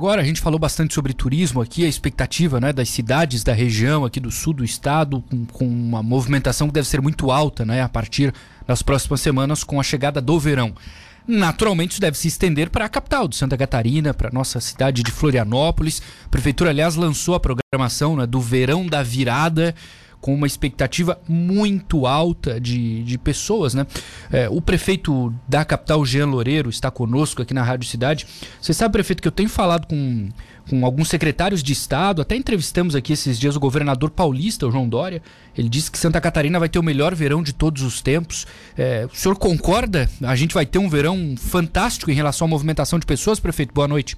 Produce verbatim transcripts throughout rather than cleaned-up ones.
agora a gente falou bastante sobre turismo aqui, a expectativa, né, das cidades da região aqui do sul do estado, com, com uma movimentação que deve ser muito alta, né, a partir das próximas semanas com a chegada do verão. Naturalmente isso deve se estender para a capital de Santa Catarina, para a nossa cidade de Florianópolis. A prefeitura, aliás, lançou a programação, né, do Verão da Virada, com uma expectativa muito alta de, de pessoas, né? É, o prefeito da capital, Jean Loureiro, está conosco aqui na Rádio Cidade. Você sabe, prefeito, que eu tenho falado com, com alguns secretários de Estado, até entrevistamos aqui esses dias o governador paulista, o João Dória. Ele disse que Santa Catarina vai ter o melhor verão de todos os tempos. É, o senhor concorda? A gente vai ter um verão fantástico em relação à movimentação de pessoas, prefeito? Boa noite.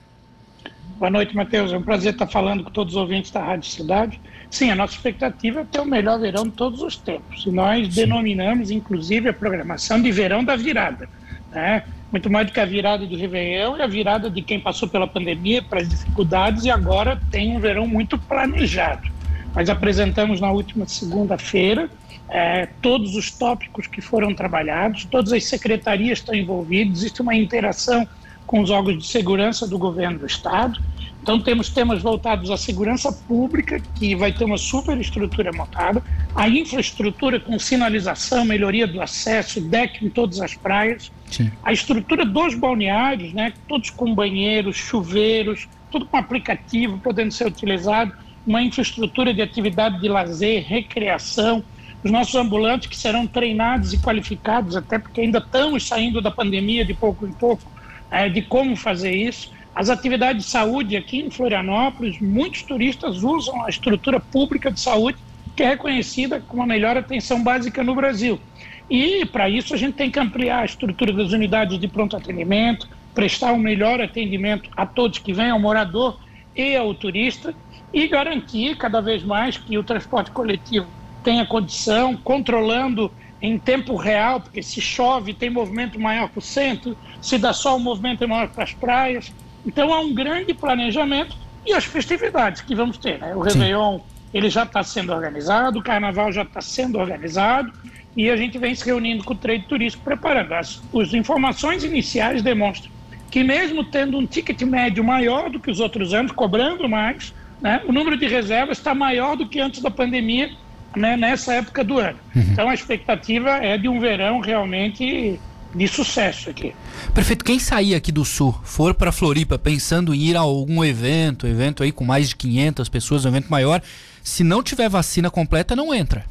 Boa noite, Matheus. É um prazer estar falando com todos os ouvintes da Rádio Cidade. Sim, a nossa expectativa é ter o melhor verão de todos os tempos. E nós Sim. denominamos, inclusive, a programação de Verão da Virada, né? Muito mais do que a virada do Réveillon, é a virada de quem passou pela pandemia, para as dificuldades, e agora tem um verão muito planejado. Nós apresentamos na última segunda-feira é, todos os tópicos que foram trabalhados, todas as secretarias estão envolvidas, existe uma interação com os órgãos de segurança do governo do estado. Então temos temas voltados à segurança pública, que vai ter uma superestrutura montada, a infraestrutura com sinalização, melhoria do acesso, deck em todas as praias, Sim. a estrutura dos balneários, né, todos com banheiros, chuveiros, tudo com aplicativo podendo ser utilizado, uma infraestrutura de atividade de lazer, recreação, os nossos ambulantes que serão treinados e qualificados, até porque ainda estamos saindo da pandemia de pouco em pouco, é, de como fazer isso. As atividades de saúde aqui em Florianópolis, muitos turistas usam a estrutura pública de saúde, que é reconhecida como a melhor atenção básica no Brasil. E, para isso, a gente tem que ampliar a estrutura das unidades de pronto atendimento, prestar um melhor atendimento a todos que vêm, ao morador e ao turista, e garantir cada vez mais que o transporte coletivo tenha condição, controlando em tempo real, porque se chove tem movimento maior para o centro, se dá sol o movimento é maior para as praias. Então há um grande planejamento e as festividades que vamos ter, né? O Réveillon, ele já está sendo organizado, o Carnaval já está sendo organizado e a gente vem se reunindo com o trade turístico preparando. As, as informações iniciais demonstram que mesmo tendo um ticket médio maior do que os outros anos, cobrando mais, né, o número de reservas está maior do que antes da pandemia, né, nessa época do ano. Uhum. Então a expectativa é de um verão realmente de sucesso aqui. Prefeito, quem sair aqui do sul, for para Floripa pensando em ir a algum evento, evento aí com mais de quinhentas pessoas, um evento maior, se não tiver vacina completa, não entra.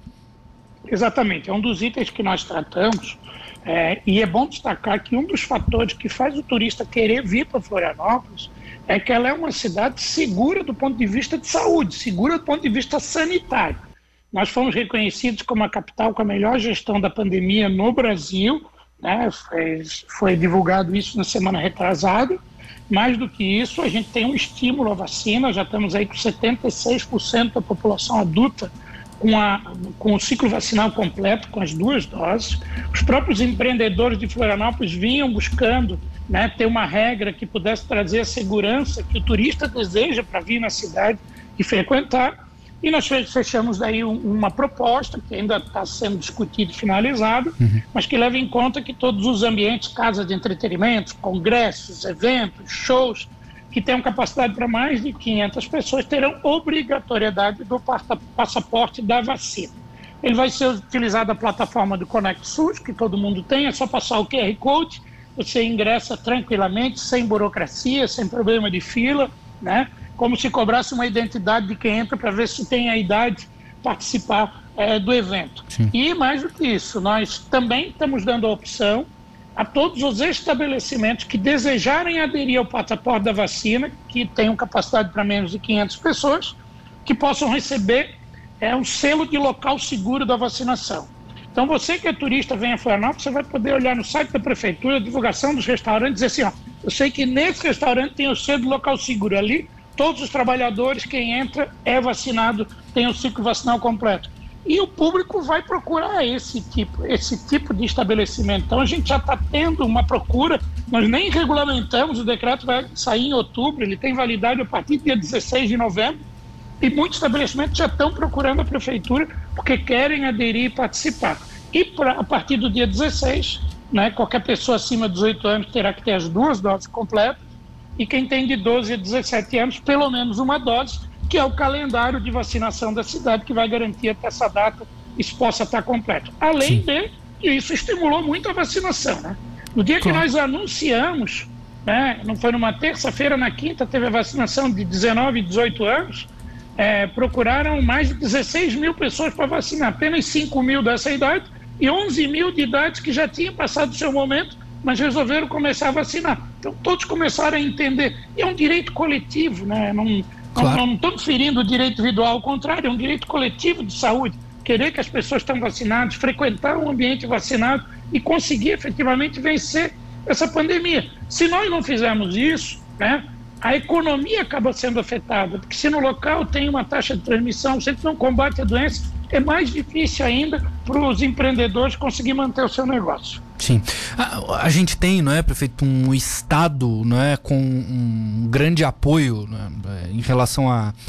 Exatamente, é um dos itens que nós tratamos, é, e é bom destacar que um dos fatores que faz o turista querer vir para Florianópolis é que ela é uma cidade segura do ponto de vista de saúde, segura do ponto de vista sanitário. Nós fomos reconhecidos como a capital com a melhor gestão da pandemia no Brasil, né? Foi, foi divulgado isso na semana retrasada. Mais do que isso, a gente tem um estímulo à vacina, já estamos aí com setenta e seis por cento da população adulta com, a, com o ciclo vacinal completo, com as duas doses. Os próprios empreendedores de Florianópolis vinham buscando, né, ter uma regra que pudesse trazer a segurança que o turista deseja para vir na cidade e frequentar. E nós fechamos daí uma proposta que ainda está sendo discutida e finalizada, uhum. mas que leva em conta que todos os ambientes, casas de entretenimento, congressos, eventos, shows, que tenham capacidade para mais de quinhentas pessoas, terão obrigatoriedade do passaporte da vacina. Ele vai ser utilizado a plataforma do Conect SUS, que todo mundo tem, é só passar o Q R Code, você ingressa tranquilamente, sem burocracia, sem problema de fila, né? Como se cobrasse uma identidade de quem entra para ver se tem a idade de participar é, do evento. Sim. E mais do que isso, nós também estamos dando a opção a todos os estabelecimentos que desejarem aderir ao passaporte da vacina, que tenham capacidade para menos de quinhentas pessoas, que possam receber é, um selo de local seguro da vacinação. Então você que é turista, vem a Florianópolis, você vai poder olhar no site da prefeitura, a divulgação dos restaurantes, dizer assim, ó, eu sei que nesse restaurante tem o selo de local seguro ali, todos os trabalhadores, quem entra é vacinado, tem o ciclo vacinal completo. E o público vai procurar esse tipo, esse tipo de estabelecimento. Então a gente já está tendo uma procura, nós nem regulamentamos, o decreto vai sair em outubro, ele tem validade a partir do dia dezesseis de novembro, e muitos estabelecimentos já estão procurando a prefeitura porque querem aderir e participar. E pra, a partir do dia dezesseis, né, qualquer pessoa acima de dezoito anos terá que ter as duas doses completas, e quem tem de doze a dezessete anos, pelo menos uma dose, que é o calendário de vacinação da cidade, que vai garantir até essa data isso possa estar completo. Além Sim. de que isso estimulou muito a vacinação, né? No dia claro. que nós anunciamos, né, não foi numa terça-feira, na quinta teve a vacinação de dezenove e dezoito anos, é, procuraram mais de dezesseis mil pessoas para vacinar, apenas cinco mil dessa idade e onze mil de idades que já tinham passado o seu momento, mas resolveram começar a vacinar. Então todos começaram a entender, e é um direito coletivo, né? Não, claro. não, não estamos ferindo o direito individual, ao contrário, é um direito coletivo de saúde, querer que as pessoas estão vacinadas, frequentar um ambiente vacinado e conseguir efetivamente vencer essa pandemia. Se nós não fizermos isso, né, a economia acaba sendo afetada, porque se no local tem uma taxa de transmissão, se a gente não combate a doença, é mais difícil ainda para os empreendedores conseguir manter o seu negócio. Sim. A, a gente tem, não é, prefeito, um Estado, não é, com um grande apoio, né, em relação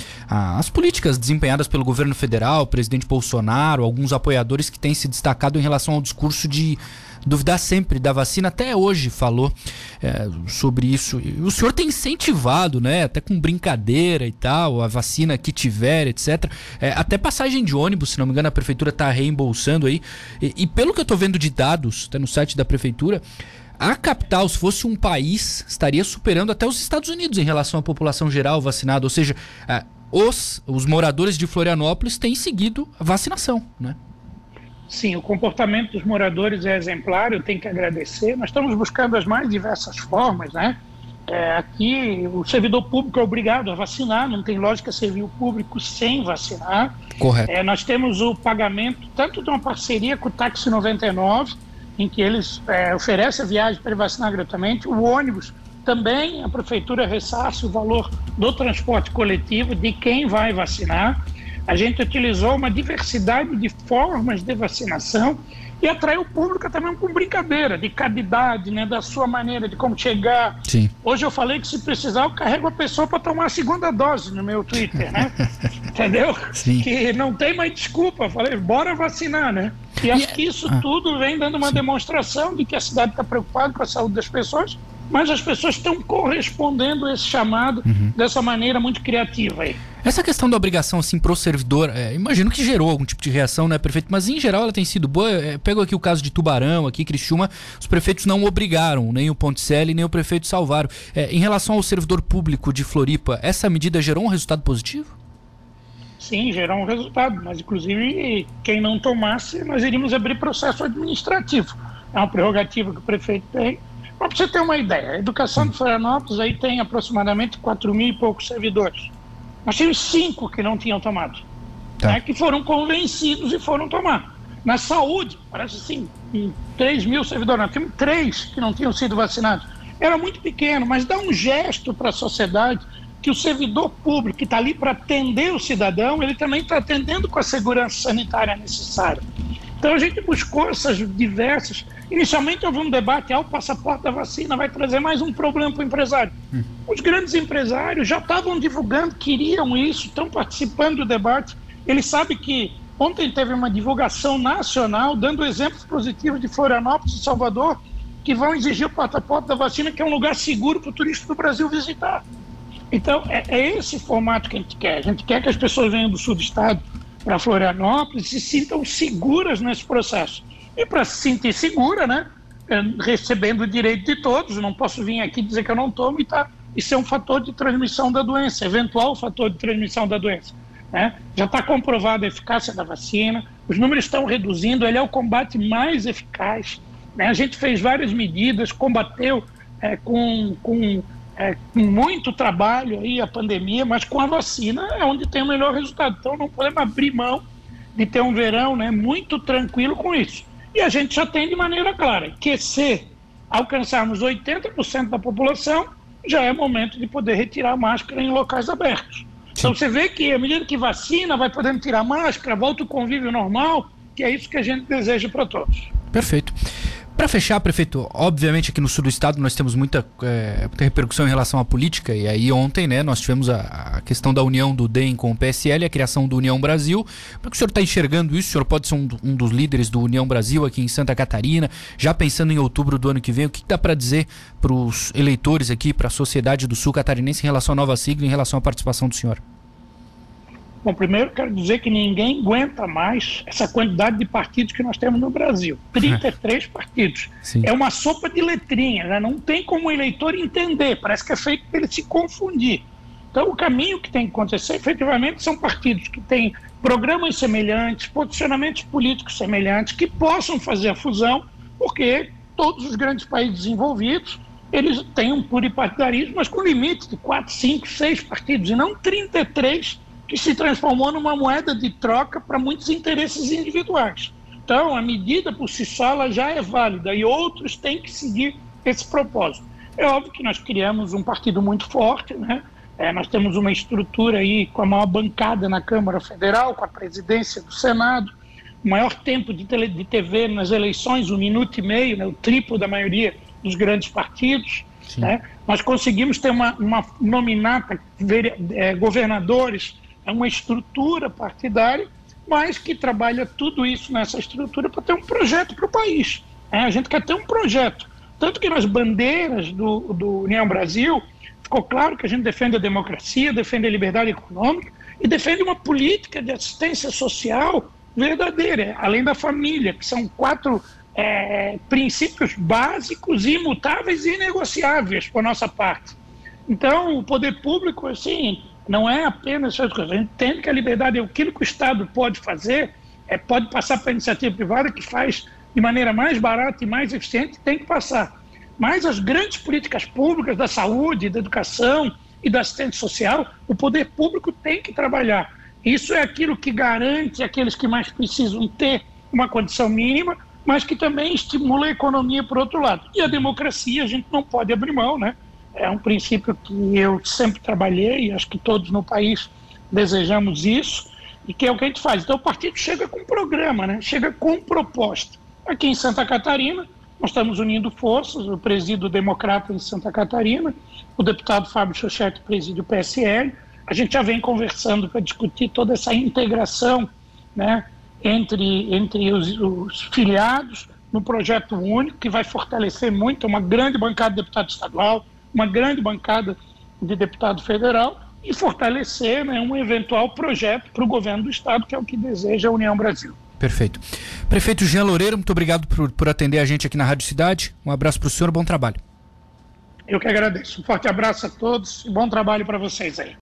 às políticas desempenhadas pelo governo federal, o presidente Bolsonaro, alguns apoiadores que têm se destacado em relação ao discurso de duvidar sempre da vacina. Até hoje falou é, sobre isso. E o senhor tem incentivado, né, até com brincadeira e tal, a vacina que tiver, etcétera. É, até passagem de ônibus, se não me engano, a prefeitura está reembolsando aí. E, e pelo que eu estou vendo de dados, até no site da prefeitura, a capital, se fosse um país, estaria superando até os Estados Unidos em relação à população geral vacinada. Ou seja, é, os, os moradores de Florianópolis têm seguido a vacinação, né? Sim, o comportamento dos moradores é exemplar, eu tenho que agradecer. Nós estamos buscando as mais diversas formas, né? É, aqui o servidor público é obrigado a vacinar, não tem lógica servir o público sem vacinar. Correto. É, nós temos o pagamento tanto de uma parceria com o Táxi noventa e nove, em que eles é, oferecem a viagem para vacinar gratuitamente. O ônibus também, a prefeitura ressarce o valor do transporte coletivo de quem vai vacinar. A gente utilizou uma diversidade de formas de vacinação e atraiu o público também com brincadeira, de cada idade, né, da sua maneira, de como chegar. Sim. Hoje eu falei que se precisar eu carrego a pessoa para tomar a segunda dose no meu Twitter, né? Entendeu? Sim. Que não tem mais desculpa. Eu falei, bora vacinar, né? E acho que isso ah. tudo vem dando uma Sim. demonstração de que a cidade está preocupada com a saúde das pessoas, mas as pessoas estão correspondendo a esse chamado uhum. dessa maneira muito criativa aí. Essa questão da obrigação, assim, pro servidor, é, imagino que gerou algum tipo de reação, né, prefeito? Mas, em geral, ela tem sido boa. É, pego aqui o caso de Tubarão, aqui, Criciúma, os prefeitos não obrigaram, nem o Ponticelli, nem o prefeito Salvaro. É, em relação ao servidor público de Floripa, essa medida gerou um resultado positivo? Sim, gerou um resultado, mas, inclusive, quem não tomasse, nós iríamos abrir processo administrativo. É uma prerrogativa que o prefeito tem. Para você ter uma ideia, a educação de Florianópolis aí tem aproximadamente quatro mil e poucos servidores. Nós tínhamos cinco que não tinham tomado, tá. né, que foram convencidos e foram tomar. Na saúde, parece assim, três mil servidores, nós tínhamos três que não tinham sido vacinados. Era muito pequeno, mas dá um gesto para a sociedade que o servidor público que está ali para atender o cidadão, ele também está atendendo com a segurança sanitária necessária. Então a gente buscou essas diversas. Inicialmente houve um debate, ah, o passaporte da vacina vai trazer mais um problema para o empresário. Hum. Os grandes empresários já estavam divulgando, queriam isso, estão participando do debate. Eles sabem que ontem teve uma divulgação nacional dando exemplos positivos de Florianópolis e Salvador, que vão exigir o passaporte da vacina, que é um lugar seguro para o turista do Brasil visitar. Então é, é esse formato que a gente quer. A gente quer que as pessoas venham do sul do estado para Florianópolis e se sintam seguras nesse processo. E para se sentir segura, né, recebendo o direito de todos, não posso vir aqui dizer que eu não tomo e tá, isso é um fator de transmissão da doença, eventual fator de transmissão da doença. Né? Já está comprovada a eficácia da vacina, os números estão reduzindo, ele é o combate mais eficaz. Né? A gente fez várias medidas, combateu é, com... com É, com muito trabalho aí a pandemia, mas com a vacina é onde tem o melhor resultado. Então não podemos abrir mão de ter um verão, né, muito tranquilo com isso. E a gente já tem de maneira clara que se alcançarmos oitenta por cento da população, já é momento de poder retirar a máscara em locais abertos. Sim. Então você vê que à medida que vacina, vai podendo tirar a máscara, volta o convívio normal, que é isso que a gente deseja para todos. Perfeito. Para fechar, prefeito, obviamente aqui no sul do estado nós temos muita, é, muita repercussão em relação à política, e aí ontem, né, nós tivemos a, a questão da união do D E M com o P S L, a criação do União Brasil. Como é que o senhor está enxergando isso? O senhor pode ser um, um dos líderes do União Brasil aqui em Santa Catarina, já pensando em outubro do ano que vem. O que, que dá para dizer para os eleitores aqui, para a sociedade do Sul catarinense em relação à nova sigla, em relação à participação do senhor? Bom, primeiro quero dizer que ninguém aguenta mais essa quantidade de partidos que nós temos no Brasil. trinta e três partidos. Sim. É uma sopa de letrinha, né? Não tem como o eleitor entender, parece que é feito para ele se confundir. Então o caminho que tem que acontecer, efetivamente, são partidos que têm programas semelhantes, posicionamentos políticos semelhantes, que possam fazer a fusão, porque todos os grandes países desenvolvidos, eles têm um pluripartidarismo, mas com limite de quatro, cinco, seis partidos, e não trinta e três, que se transformou numa moeda de troca para muitos interesses individuais. Então, a medida por si só ela já é válida e outros têm que seguir esse propósito. É óbvio que nós criamos um partido muito forte, né? É, nós temos uma estrutura aí com a maior bancada na Câmara Federal, com a presidência do Senado, o maior tempo de, tele, de T V nas eleições, um minuto e meio, né? O triplo da maioria dos grandes partidos. Né? Nós conseguimos ter uma, uma nominata, é, governadores, é uma estrutura partidária, mas que trabalha tudo isso nessa estrutura para ter um projeto para o país. É, a gente quer ter um projeto. Tanto que nas bandeiras do, do União Brasil, ficou claro que a gente defende a democracia, defende a liberdade econômica e defende uma política de assistência social verdadeira, além da família, que são quatro é, princípios básicos, imutáveis e inegociáveis por nossa parte. Então, o poder público, assim, não é apenas essas coisas. A gente entende que a liberdade é aquilo que o Estado pode fazer, é, pode passar para a iniciativa privada, que faz de maneira mais barata e mais eficiente, tem que passar. Mas as grandes políticas públicas da saúde, da educação e da assistência social, o poder público tem que trabalhar. Isso é aquilo que garante aqueles que mais precisam ter uma condição mínima, mas que também estimula a economia por outro lado. E a democracia a gente não pode abrir mão, né? É um princípio que eu sempre trabalhei, e acho que todos no país desejamos isso, e que é o que a gente faz. Então o partido chega com programa, né? Chega com proposta. Aqui em Santa Catarina, nós estamos unindo forças, eu presido o Democrata em Santa Catarina, o deputado Fábio Chochetti preside o P S L, a gente já vem conversando para discutir toda essa integração, né, entre, entre os, os filiados no projeto único, que vai fortalecer muito uma grande bancada de deputado estadual, uma grande bancada de deputado federal e fortalecer, né, um eventual projeto para o governo do estado, que é o que deseja a União Brasil. Perfeito. Prefeito Jean Loureiro, muito obrigado por, por atender a gente aqui na Rádio Cidade. Um abraço para o senhor, bom trabalho. Eu que agradeço. Um forte abraço a todos e bom trabalho para vocês aí.